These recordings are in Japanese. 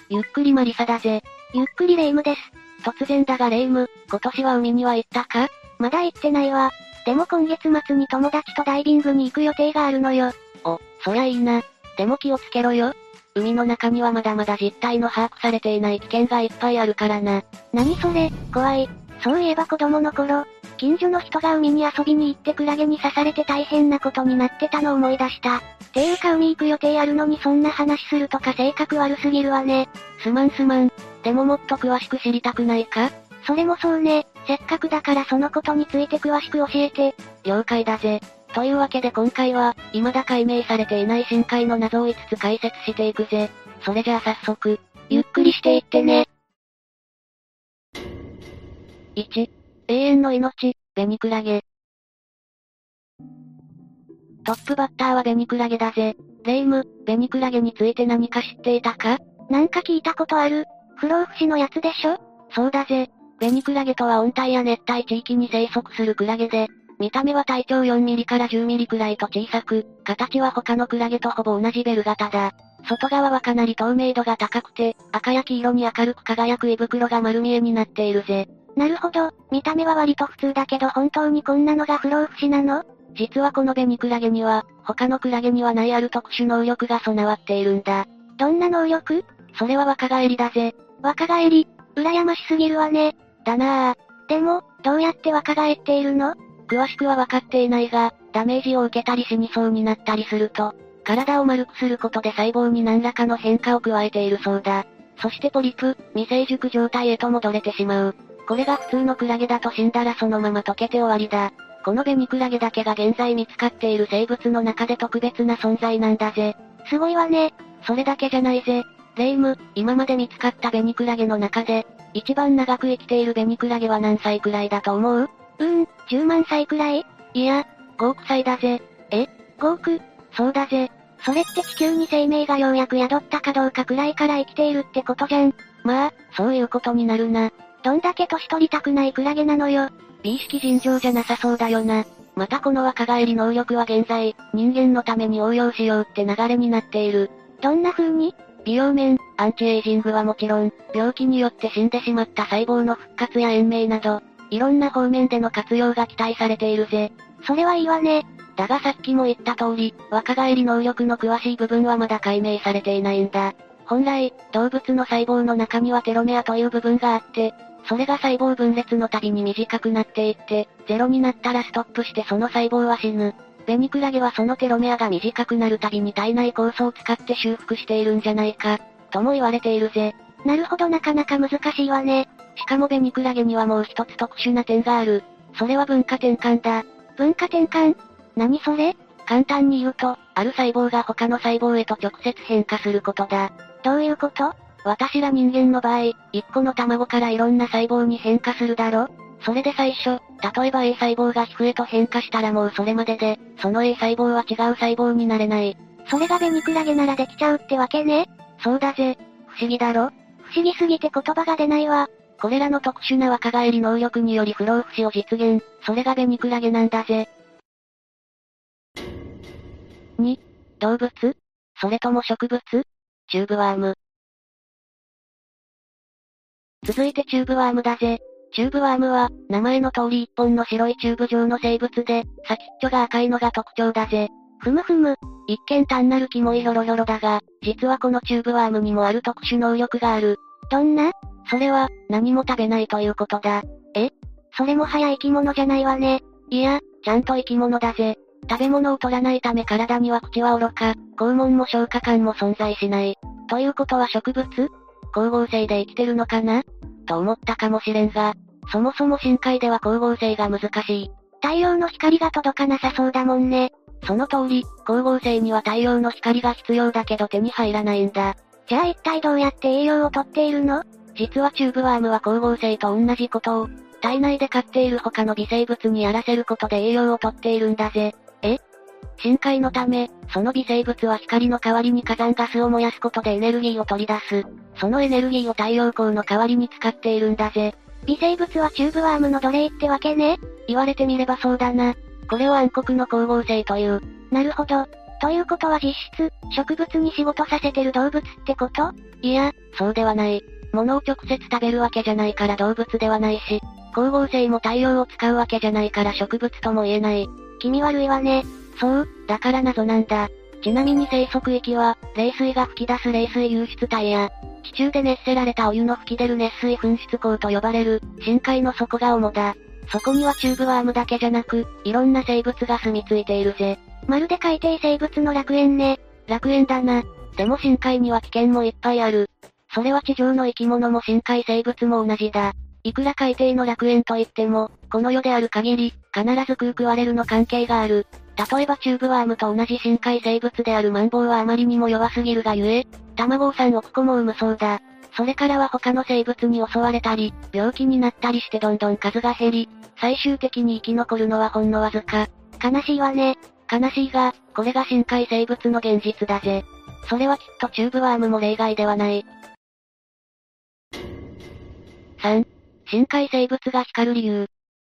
ゆっくりマリサだぜ。 ゆっくりレ夢ムです。 突然だがレ夢ム、今年は海には行ったか？ まだ行ってないわ。でも今月末に友達とダイビングに行く予定があるのよ。 お、そりゃいいな。でも気をつけろよ。海の中にはまだまだ実態の把握されていない危険がいっぱいあるからな。 何それ、怖い。そういえば子供の頃、近所の人が海に遊びに行ってクラゲに刺されて大変なことになってたのを思い出した。ていうか海行く予定あるのにそんな話するとか性格悪すぎるわね。 すまん。でももっと詳しく知りたくないか？ それもそうね。せっかくだからそのことについて詳しく教えて。 了解だぜ。というわけで今回は、未だ解明されていない深海の謎を5つ解説していくぜ。それじゃあ早速、 ゆっくりしていってね。 1、永遠の命、ベニクラゲ。トップバッターはベニクラゲだぜ。レ夢ム、ベニクラゲについて何か知っていたか？ なんか聞いたことある。不老不死のやつでしょ？ そうだぜ。ベニクラゲとは温帯や熱帯地域に生息するクラゲで、見た目は体長4ミリから10ミリくらいと小さく、形は他のクラゲとほぼ同じベル型だ。外側はかなり透明度が高くて、赤や黄色に明るく輝く胃袋が丸見えになっているぜ。 なるほど、見た目は割と普通だけど本当にこんなのが不老不死なの？ 実はこのベニクラゲには、他のクラゲにはないある特殊能力が備わっているんだ。 どんな能力？ それは若返りだぜ。 若返り？羨ましすぎるわね。 だなぁ。 でも、どうやって若返っているの？ 詳しくは分かっていないが、ダメージを受けたり死にそうになったりすると、体を丸くすることで細胞に何らかの変化を加えているそうだ。そしてポリプ、未成熟状態へと戻れてしまう。これが普通のクラゲだと死んだらそのまま溶けて終わりだ。このベニクラゲだけが現在見つかっている生物の中で特別な存在なんだぜ。 すごいわね。 それだけじゃないぜ。レ夢ム、今まで見つかったベニクラゲの中で、一番長く生きているベニクラゲは何歳くらいだと思う ？10万歳くらい？ いや、5億歳だぜ。 え？ 5 億？ そうだぜ。 それって地球に生命がようやく宿ったかどうかくらいから生きているってことじゃん。 まあ、そういうことになるな。 どんだけ年取りたくないクラゲなのよ。 美意識尋常じゃなさそうだよな。またこの若返り能力は現在、人間のために応用しようって流れになっている。 どんな風に？ 美容面、アンチエイジングはもちろん、病気によって死んでしまった細胞の復活や延命など、いろんな方面での活用が期待されているぜ。 それはいいわね。 だがさっきも言った通り、若返り能力の詳しい部分はまだ解明されていないんだ。本来、動物の細胞の中にはテロメアという部分があって、それが細胞分裂のたびに短くなっていって、ゼロになったらストップしてその細胞は死ぬ。ベニクラゲはそのテロメアが短くなるたびに体内酵素を使って修復しているんじゃないか、とも言われているぜ。 なるほど、なかなか難しいわね。 しかもベニクラゲにはもう一つ特殊な点がある。それは文化転換だ。 文化転換？何それ？ 簡単に言うと、ある細胞が他の細胞へと直接変化することだ。 どういうこと？ 私ら人間の場合、一個の卵からいろんな細胞に変化するだろ？それで最初、例えば A 細胞が皮膚へと変化したらもうそれまでで、その A 細胞は違う細胞になれない。 それがベニクラゲならできちゃうってわけね。 そうだぜ。不思議だろ？ 不思議すぎて言葉が出ないわ。 これらの特殊な若返り能力により不老不死を実現、それがベニクラゲなんだぜ。2、動物？それとも植物？チューブワーム。続いてチューブワームだぜ。チューブワームは、名前の通り一本の白いチューブ状の生物で、先っちょが赤いのが特徴だぜ。 ふむふむ。 一見単なるキモいヒョロヒョロだが、実はこのチューブワームにもある特殊能力がある。 どんな？ それは、何も食べないということだ。 それもはや生き物じゃないわね。 いや、ちゃんと生き物だぜ。食べ物を取らないため体には口は愚か、肛門も消化管も存在しない。ということは植物？光合成で生きてるのかな？と思ったかもしれんが、そもそも深海では光合成が難しい。 太陽の光が届かなさそうだもんね。 その通り、光合成には太陽の光が必要だけど手に入らないんだ。 じゃあ一体どうやって栄養をとっているの？ 実はチューブワームは光合成と同じことを、体内で飼っている他の微生物にやらせることで栄養をとっているんだぜ。深海のため、その微生物は光の代わりに火山ガスを燃やすことでエネルギーを取り出す。そのエネルギーを太陽光の代わりに使っているんだぜ。 微生物はチューブワームの奴隷ってわけね。 言われてみればそうだな。これを暗黒の光合成という。 なるほど。 ということは実質、植物に仕事させてる動物ってこと？ いや、そうではない。物を直接食べるわけじゃないから動物ではないし、光合成も太陽を使うわけじゃないから植物とも言えない。 気味悪いわね。 そう、だから謎なんだ。ちなみに生息域は、冷水が吹き出す冷水湧出帯や、地中で熱せられたお湯の吹き出る熱水噴出口と呼ばれる、深海の底が主だ。そこにはチューブワームだけじゃなく、いろんな生物が住み着いているぜ。 まるで海底生物の楽園ね。 楽園だな。でも深海には危険もいっぱいある。それは地上の生き物も深海生物も同じだ。いくら海底の楽園といっても、この世である限り、必ず食われるの関係がある。例えばチューブワームと同じ深海生物であるマンボウはあまりにも弱すぎるがゆえ、卵を3億個も産むそうだ。それからは他の生物に襲われたり、病気になったりしてどんどん数が減り、最終的に生き残るのはほんのわずか。 悲しいわね。 悲しいが、これが深海生物の現実だぜ。それはきっとチューブワームも例外ではない。3. 深海生物が光る理由。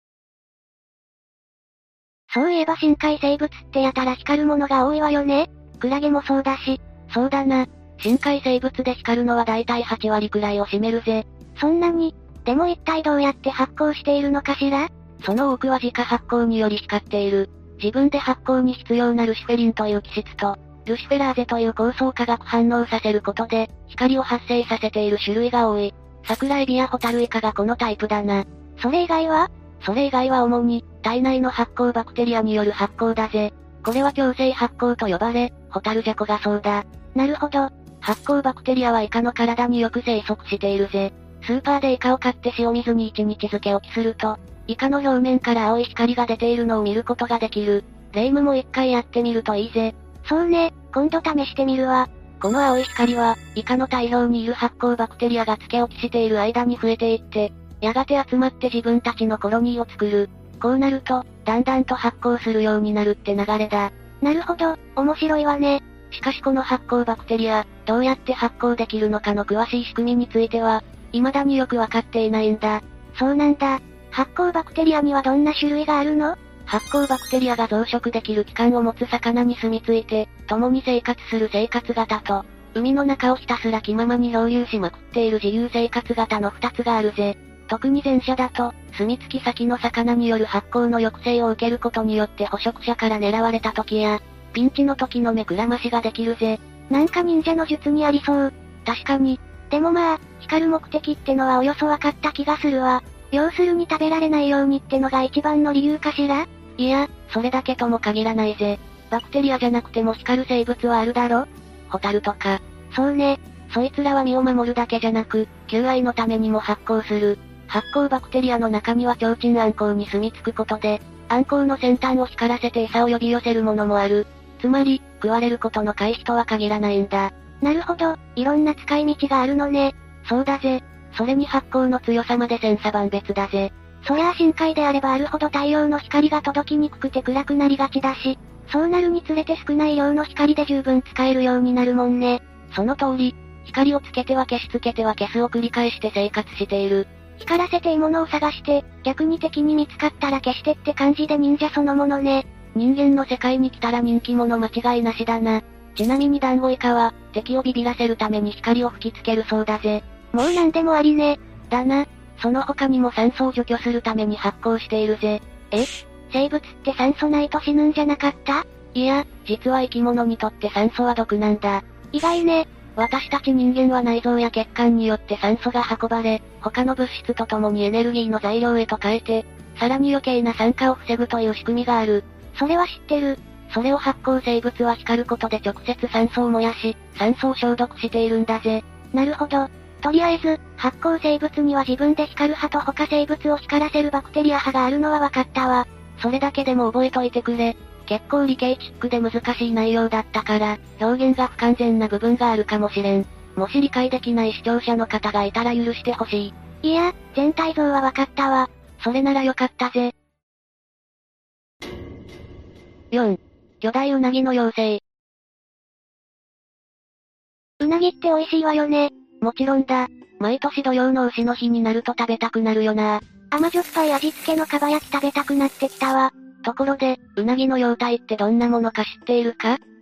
そういえば深海生物ってやたら光るものが多いわよね。クラゲもそうだし。 そうだな。深海生物で光るのはだいたい8割くらいを占めるぜ。 そんなに？でも一体どうやって発光しているのかしら？ その多くは自家発光により光っている。自分で発光に必要なルシフェリンという基質と、ルシフェラーゼという高層化学反応させることで、光を発生させている種類が多い。桜エビやホタルイカがこのタイプだな。 それ以外は主に、体内の発光バクテリアによる発光だぜ。これは強制発光と呼ばれ、ホタルジャコがそうだ。 なるほど。 発光バクテリアはイカの体によく生息しているぜ。スーパーでイカを買って塩水に1日漬け置きすると、イカの表面から青い光が出ているのを見ることができる。レイムも一回やってみるといいぜ。 そうね、今度試してみるわ。 この青い光は、イカの体表にいる発光バクテリアが漬け置きしている間に増えていって、やがて集まって自分たちのコロニーを作る。こうなると、だんだんと発光するようになるって流れだ。 なるほど、面白いわね。 しかしこの発光バクテリア、どうやって発光できるのかの詳しい仕組みについては、未だによくわかっていないんだ。 そうなんだ。発光バクテリアにはどんな種類があるの？ 発光バクテリアが増殖できる器官を持つ魚に住み着いて、共に生活する生活型と、海の中をひたすら気ままに漂流しまくっている自由生活型の2つがあるぜ。特に前者だと、住み着き先の魚による発光の抑制を受けることによって捕食者から狙われた時や、ピンチの時の目くらましができるぜ。 なんか忍者の術にありそう。 確かに。 でもまあ、光る目的ってのはおよそわかった気がするわ。要するに食べられないようにってのが一番の理由かしら？ いや、それだけとも限らないぜ。バクテリアじゃなくても光る生物はあるだろ？ホタルとか。 そうね。 そいつらは身を守るだけじゃなく、求愛のためにも発光する。発光バクテリアの中には提灯アンコウに住み着くことで、アンコウの先端を光らせて餌を呼び寄せるものもある。つまり、食われることの回避とは限らないんだ。 なるほど、いろんな使い道があるのね。 そうだぜ。それに発光の強さまで千差万別だぜ。 そりゃあ深海であればあるほど太陽の光が届きにくくて暗くなりがちだし、そうなるにつれて少ない量の光で十分使えるようになるもんね。 その通り、光をつけては消しつけては消すを繰り返して生活している。 光らせて獲物を探して、逆に敵に見つかったら消してって感じで忍者そのものね。 人間の世界に来たら人気者間違いなしだな。ちなみにダンゴイカは、敵をビビらせるために光を吹きつけるそうだぜ。 もう何でもありね。 だな。その他にも酸素を除去するために発光しているぜ。 生物って酸素ないと死ぬんじゃなかった？ いや、実は生き物にとって酸素は毒なんだ。 意外ね。 私たち人間は内臓や血管によって酸素が運ばれ、他の物質と共にエネルギーの材料へと変えて、さらに余計な酸化を防ぐという仕組みがある。 それは知ってる。 それを発光生物は光ることで直接酸素を燃やし、酸素を消毒しているんだぜ。 なるほど。とりあえず、発光生物には自分で光る派と他生物を光らせるバクテリア派があるのは分かったわ。 それだけでも覚えといてくれ。結構理系チックで難しい内容だったから、表現が不完全な部分があるかもしれん。もし理解できない視聴者の方がいたら許してほしい。いや、全体像は分かったわ。 それならよかったぜ。4. 巨大ウナギの妖精。 ウナギって美味しいわよね。 もちろんだ。毎年土曜の牛の日になると食べたくなるよな。 甘じょっぱい味付けのかば焼き食べたくなってきたわ。 ところで、ウナギの容体ってどんなものか知っているか？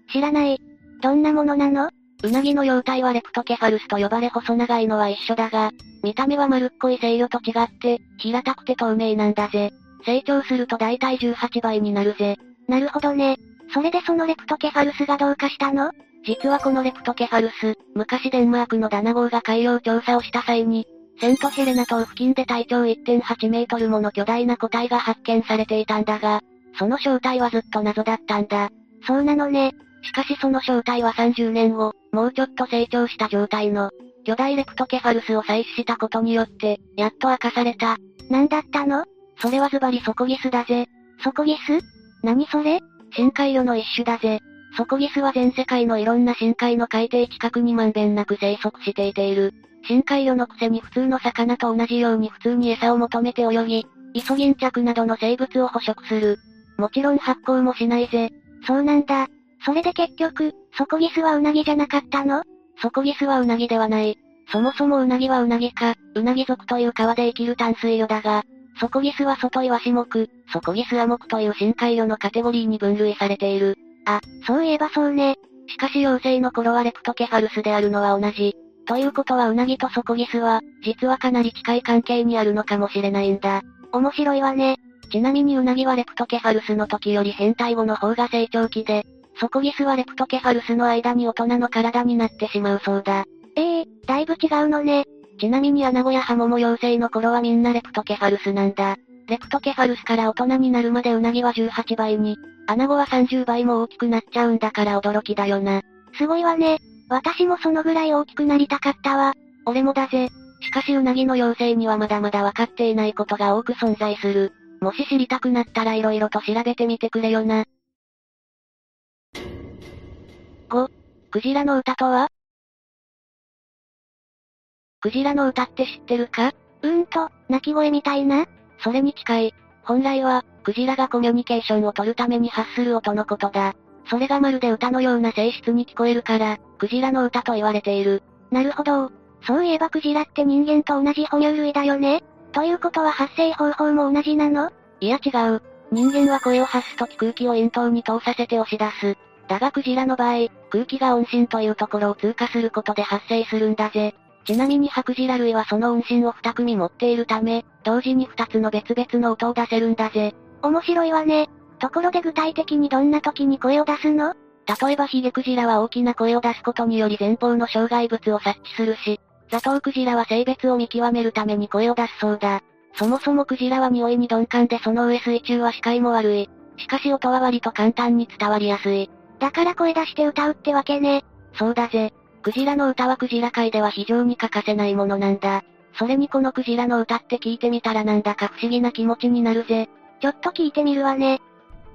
知らない。どんなものなの？ ウナギの幼体はレプトケファルスと呼ばれ細長いのは一緒だが、見た目は丸っこい成魚と違って、平たくて透明なんだぜ。成長すると大体18倍になるぜ。 なるほどね。それでそのレプトケファルスがどうかしたの？ 実はこのレプトケファルス、昔デンマークのダナ号が海洋調査をした際に、セントヘレナ島付近で体長 1.8 メートルもの巨大な個体が発見されていたんだが、その正体はずっと謎だったんだ。 そうなのね。 しかしその正体は30年後、もうちょっと成長した状態の、巨大レプトケファルスを採取したことによって、やっと明かされた。 なんだったの？ それはズバリソコギスだぜ。 ソコギス？何それ？ 深海魚の一種だぜ。ソコギスは全世界のいろんな深海の海底近くにまんべんなく生息していている。深海魚のくせに普通の魚と同じように普通に餌を求めて泳ぎ、イソギンチャクなどの生物を捕食する。もちろん発酵もしないぜ。 そうなんだ。それで結局、ソコギスはウナギじゃなかったの？ ソコギスはウナギではない。そもそもウナギはウナギか、ウナギ属という川で生きる淡水魚だが、ソコギスはソトイワシ目、ソコギスア目という深海魚のカテゴリーに分類されている。 あ、そういえばそうね。 しかし幼生の頃はレプトケファルスであるのは同じ。ということはウナギとソコギスは、実はかなり近い関係にあるのかもしれないんだ。 面白いわね。 ちなみにウナギはレプトケファルスの時より変態後の方が成長期で、ソコギスはレプトケファルスの間に大人の体になってしまうそうだ。 だいぶ違うのね。 ちなみにアナゴやハモも幼生の頃はみんなレプトケファルスなんだ。レプトケファルスから大人になるまでウナギは18倍に、アナゴは30倍も大きくなっちゃうんだから驚きだよな。 すごいわね。私もそのぐらい大きくなりたかったわ。 俺もだぜ。しかしウナギの幼生にはまだまだ分かっていないことが多く存在する。もし知りたくなったら色々と調べてみてくれよな。5、クジラの歌とは？クジラの歌って知ってるか？ 鳴き声みたいな？ それに近い。本来は、クジラがコミュニケーションを取るために発する音のことだ。それがまるで歌のような性質に聞こえるから、クジラの歌と言われている。 なるほど。そういえばクジラって人間と同じ哺乳類だよね。ということは発声方法も同じなの？ いや違う。人間は声を発すとき空気を咽頭に通させて押し出す。だがクジラの場合、空気が音芯というところを通過することで発生するんだぜ。ちなみにハクジラ類はその音芯を2組持っているため、同時に2つの別々の音を出せるんだぜ。 面白いわね。ところで具体的にどんな時に声を出すの？ 例えばヒゲクジラは大きな声を出すことにより前方の障害物を察知するし、ザトウクジラは性別を見極めるために声を出すそうだ。そもそもクジラは匂いに鈍感でその上水中は視界も悪い。しかし音は割と簡単に伝わりやすい。 だから声出して歌うってわけね。 そうだぜ。クジラの歌はクジラ界では非常に欠かせないものなんだ。それにこのクジラの歌って聞いてみたらなんだか不思議な気持ちになるぜ。 ちょっと聞いてみるわね。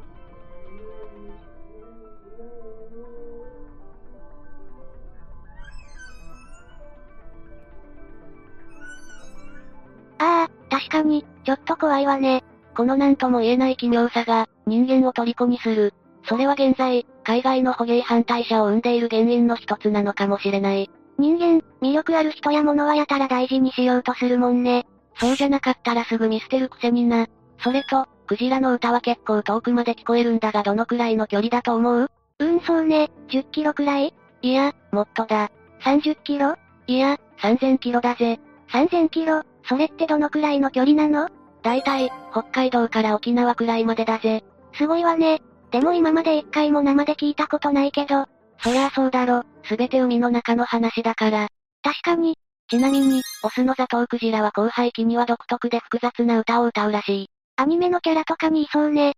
確かに、ちょっと怖いわね。 このなんとも言えない奇妙さが、人間を虜にする。それは現在、海外の捕鯨反対者を生んでいる原因の一つなのかもしれない。 人間、魅力ある人や物はやたら大事にしようとするもんね。 そうじゃなかったらすぐ見捨てるくせにな。それと、クジラの歌は結構遠くまで聞こえるんだがどのくらいの距離だと思う？ そうね、10キロくらい？ いや、もっとだ。 30キロ？ いや、3000キロだぜ。 3000キロ？それってどのくらいの距離なの？ だいたい、北海道から沖縄くらいまでだぜ。 すごいわね。でも今まで一回も生で聞いたことないけど。 そりゃあそうだろ、すべて海の中の話だから。 確かに。 ちなみに、オスのザトウクジラは交配期には独特で複雑な歌を歌うらしい。 アニメのキャラとかにいそうね。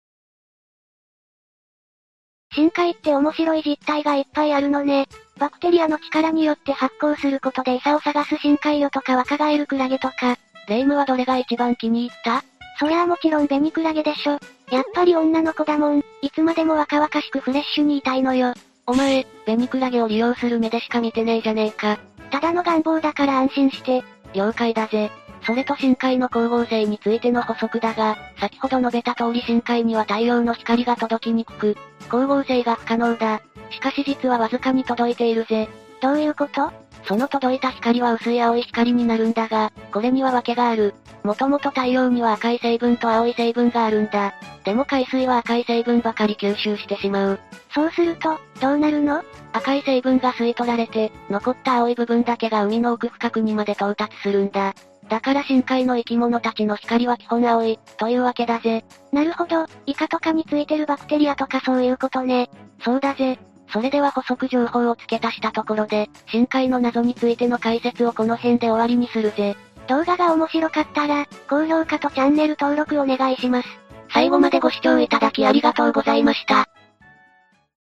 深海って面白い実態がいっぱいあるのね。バクテリアの力によって発光することで餌を探す深海魚とか若返るクラゲとか。 レイムはどれが一番気に入った？ そりゃあもちろんベニクラゲでしょ。やっぱり女の子だもん。いつまでも若々しくフレッシュにいたいのよ。 お前、ベニクラゲを利用する目でしか見てねえじゃねえか。 ただの願望だから安心して。 了解だぜ。それと深海の光合成についての補足だが、先ほど述べた通り深海には太陽の光が届きにくく、光合成が不可能だ。しかし実はわずかに届いているぜ。 どういうこと？ その届いた光は薄い青い光になるんだが、これには訳がある。もともと太陽には赤い成分と青い成分があるんだ。でも海水は赤い成分ばかり吸収してしまう。 そうすると、どうなるの？ 赤い成分が吸い取られて、残った青い部分だけが海の奥深くにまで到達するんだ。だから深海の生き物たちの光は基本青い、というわけだぜ。 なるほど、イカとかについてるバクテリアとかそういうことね。 そうだぜ。それでは補足情報を付け足したところで、深海の謎についての解説をこの辺で終わりにするぜ。 動画が面白かったら、高評価とチャンネル登録お願いします。 最後までご視聴いただきありがとうございました。